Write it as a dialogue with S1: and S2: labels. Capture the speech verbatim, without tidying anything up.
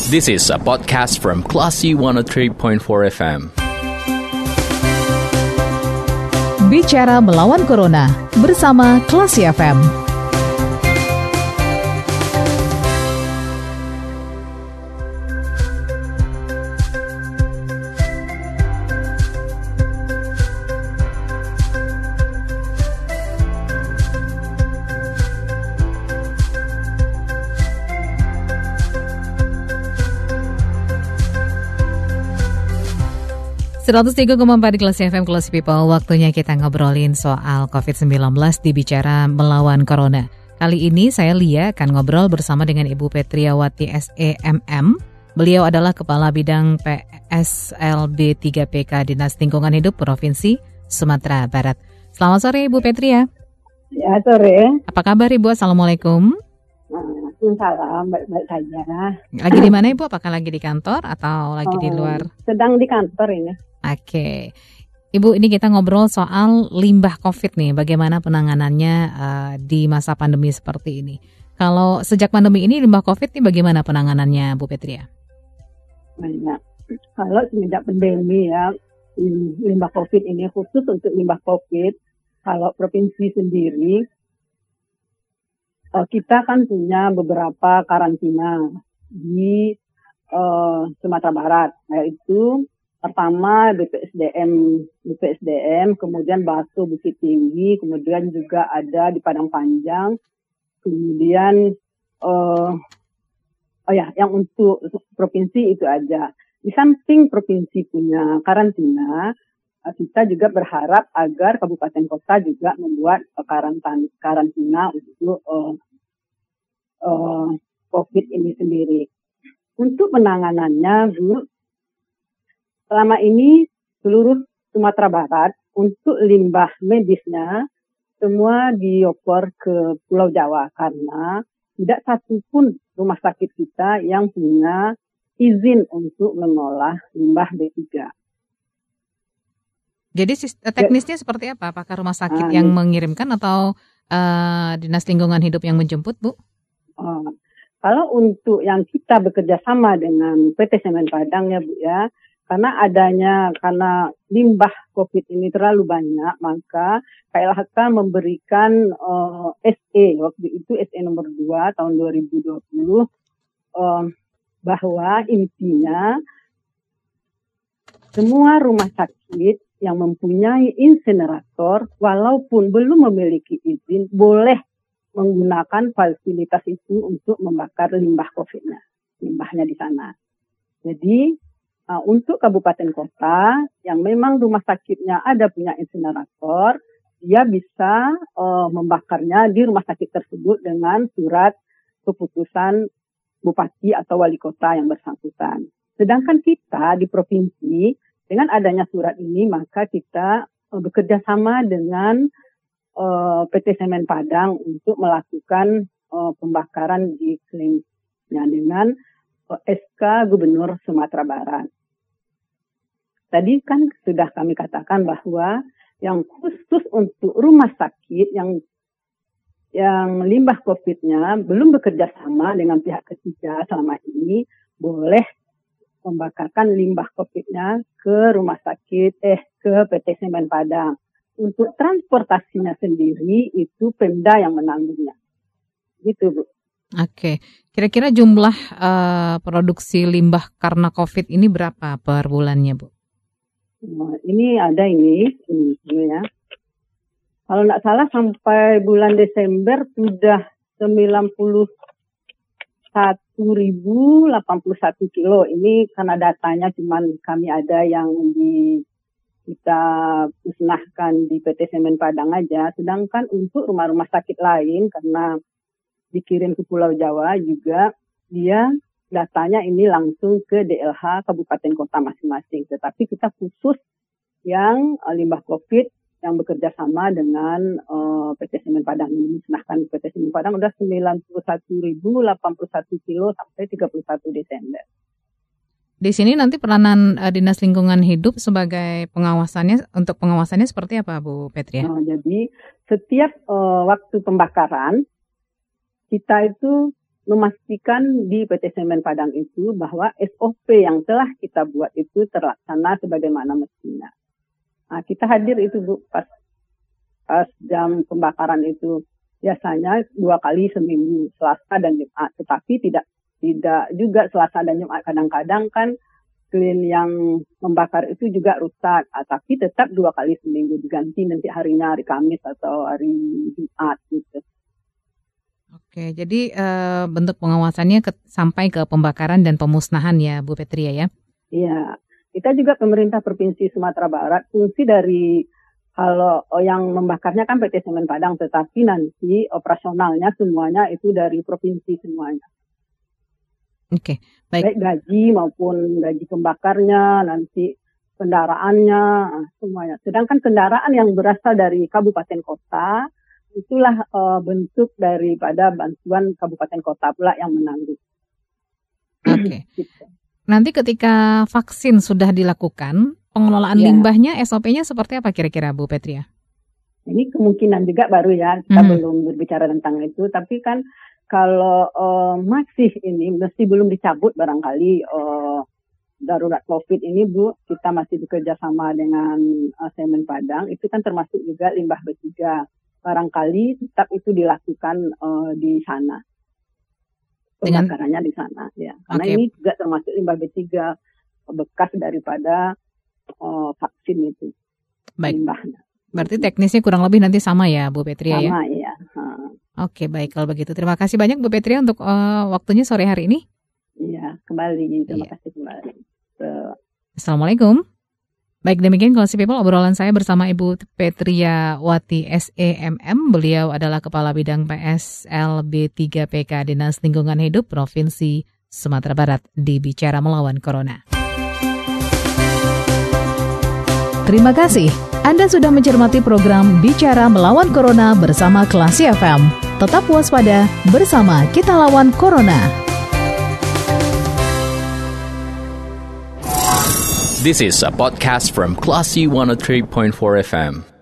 S1: This is a podcast from Classy one oh three point four F M.
S2: Bicara melawan Corona bersama Classy F M. seratus tiga koma empat di Classy F M, Classy People. Waktunya kita ngobrolin soal covid sembilan belas di Bicara Melawan Corona. Kali ini saya Lia akan ngobrol bersama dengan Ibu Petriawati S E M M. Beliau adalah Kepala Bidang P S L B tiga P K Dinas Lingkungan Hidup Provinsi Sumatera Barat. Selamat sore Ibu Petria.
S3: Ya, sore.
S2: Apa kabar Ibu? Assalamualaikum.
S3: Waalaikumsalam, baik-baik saja.
S2: Lagi di mana Ibu? Apakah lagi di kantor atau lagi oh, di luar?
S3: Sedang di kantor ini.
S2: Oke, Ibu, ini kita ngobrol soal limbah COVID nih, bagaimana penanganannya uh, di masa pandemi seperti ini. Kalau sejak pandemi ini limbah COVID ini bagaimana penanganannya, Bu Petria?
S3: Banyak. Kalau sejak pandemi ya, limbah COVID ini khusus untuk limbah COVID, kalau provinsi sendiri, uh, kita kan punya beberapa karantina di uh, Sumatera Barat, yaitu pertama B P S D M, B P S D M, kemudian Baso Bukit Tinggi, kemudian juga ada di Padang Panjang, kemudian uh, oh ya, yang untuk provinsi itu aja. Di samping provinsi punya karantina, kita juga berharap agar kabupaten kota juga membuat karantina, karantina untuk uh, uh, COVID ini sendiri. Untuk penanganannya, Bu, selama ini seluruh Sumatera Barat untuk limbah medisnya semua dioper ke Pulau Jawa karena tidak satu pun rumah sakit kita yang punya izin untuk mengolah limbah B tiga.
S2: Jadi teknisnya seperti apa? Apakah rumah sakit uh, yang mengirimkan atau uh, Dinas Lingkungan Hidup yang menjemput, Bu?
S3: Uh, kalau untuk yang kita bekerja sama dengan P T Semen Padang ya Bu ya, karena adanya, karena limbah COVID ini terlalu banyak, maka K L H K memberikan uh, S E, waktu itu S E nomor dua tahun dua ribu dua puluh, uh, bahwa intinya semua rumah sakit yang mempunyai insinerator, walaupun belum memiliki izin, boleh menggunakan fasilitas itu untuk membakar limbah COVID-nya, limbahnya di sana. Jadi, Uh, untuk kabupaten kota yang memang rumah sakitnya ada punya insinerator, dia bisa uh, membakarnya di rumah sakit tersebut dengan surat keputusan bupati atau wali kota yang bersangkutan. Sedangkan kita di provinsi, dengan adanya surat ini, maka kita uh, bekerja sama dengan uh, P T Semen Padang untuk melakukan uh, pembakaran di kliniknya dengan uh, S K Gubernur Sumatera Barat. Tadi kan sudah kami katakan bahwa yang khusus untuk rumah sakit yang yang limbah COVID-nya belum bekerja sama dengan pihak ketiga selama ini, boleh membakarkan limbah COVID-nya ke rumah sakit, eh ke P T Semen Padang. Untuk transportasinya sendiri itu Pemda yang menanggungnya. Gitu, Bu.
S2: Oke, kira-kira jumlah uh, produksi limbah karena COVID ini berapa per bulannya, Bu?
S3: Nah, ini ada ini, ini ya. Kalau nggak salah sampai bulan Desember sudah sembilan puluh satu ribu delapan puluh satu kilo. Ini karena datanya cuman kami ada yang di kita musnahkan di P T Semen Padang aja. Sedangkan untuk rumah-rumah sakit lain karena dikirim ke Pulau Jawa juga dia datanya ini langsung ke D L H kabupaten kota masing-masing. Tetapi kita khusus yang uh, limbah COVID yang bekerja sama dengan uh, P T Semen Padang ini. Musnahkan P T Semen Padang udah sembilan puluh satu ribu delapan puluh satu kilo sampai tiga puluh satu Desember.
S2: Di sini nanti peranan uh, Dinas Lingkungan Hidup sebagai pengawasannya, untuk pengawasannya seperti apa, Bu Petria?
S3: Uh, jadi setiap uh, waktu pembakaran kita itu memastikan di P T Semen Padang itu bahwa S O P yang telah kita buat itu terlaksana sebagaimana mestinya. Nah, kita hadir itu Bu pas, pas jam pembakaran itu biasanya dua kali seminggu, Selasa dan Jumat. Tetapi tidak tidak juga Selasa dan Jumat. Kadang-kadang kan klien yang membakar itu juga rusak, ah, tapi tetap dua kali seminggu diganti nanti harinya hari Kamis atau hari Jumat gitu.
S2: Oke, jadi uh, bentuk pengawasannya ke, sampai ke pembakaran dan pemusnahan ya Bu Petria ya?
S3: Iya, kita juga pemerintah Provinsi Sumatera Barat, fungsi dari kalau yang membakarnya kan P T Semen Padang, tetapi nanti operasionalnya semuanya itu dari provinsi semuanya.
S2: Oke, baik.
S3: Baik gaji maupun gaji pembakarnya, nanti kendaraannya, semuanya. Sedangkan kendaraan yang berasal dari kabupaten kota, itulah uh, bentuk daripada bantuan kabupaten kota pula yang menanggung.
S2: Oke. Gitu. Nanti ketika vaksin sudah dilakukan, pengelolaan ya. Limbahnya S O P-nya seperti apa kira-kira Bu Petria?
S3: Ini kemungkinan juga baru ya, kita hmm. belum berbicara tentang itu, tapi kan kalau uh, masih ini, mesti belum dicabut barangkali uh, darurat COVID ini Bu, kita masih bekerja sama dengan uh, Semen Padang, itu kan termasuk juga limbah B tiga. Barangkali tetap itu dilakukan uh, di sana. Pembakarannya di sana, ya. Karena okay. ini juga termasuk limbah B tiga, bekas daripada uh, vaksin itu.
S2: Baik.
S3: Limbahnya.
S2: Berarti teknisnya kurang lebih nanti sama ya Bu Petria ya?
S3: Sama ya. Hmm.
S2: Oke, baik kalau begitu. Terima kasih banyak Bu Petria untuk uh, waktunya sore hari ini.
S3: Iya, kembali. Terima
S2: iya.
S3: kasih kembali. So.
S2: Assalamualaikum. Baik, demikian Classy People obrolan saya bersama Ibu Petria Wati S E M M. Beliau adalah Kepala Bidang P S L B tiga P K Dinas Lingkungan Hidup Provinsi Sumatera Barat di Bicara Melawan Corona. Terima kasih. Anda sudah mencermati program Bicara Melawan Corona bersama Classy F M. Tetap waspada, bersama kita lawan Corona.
S1: This is a podcast from Classy one oh three point four F M.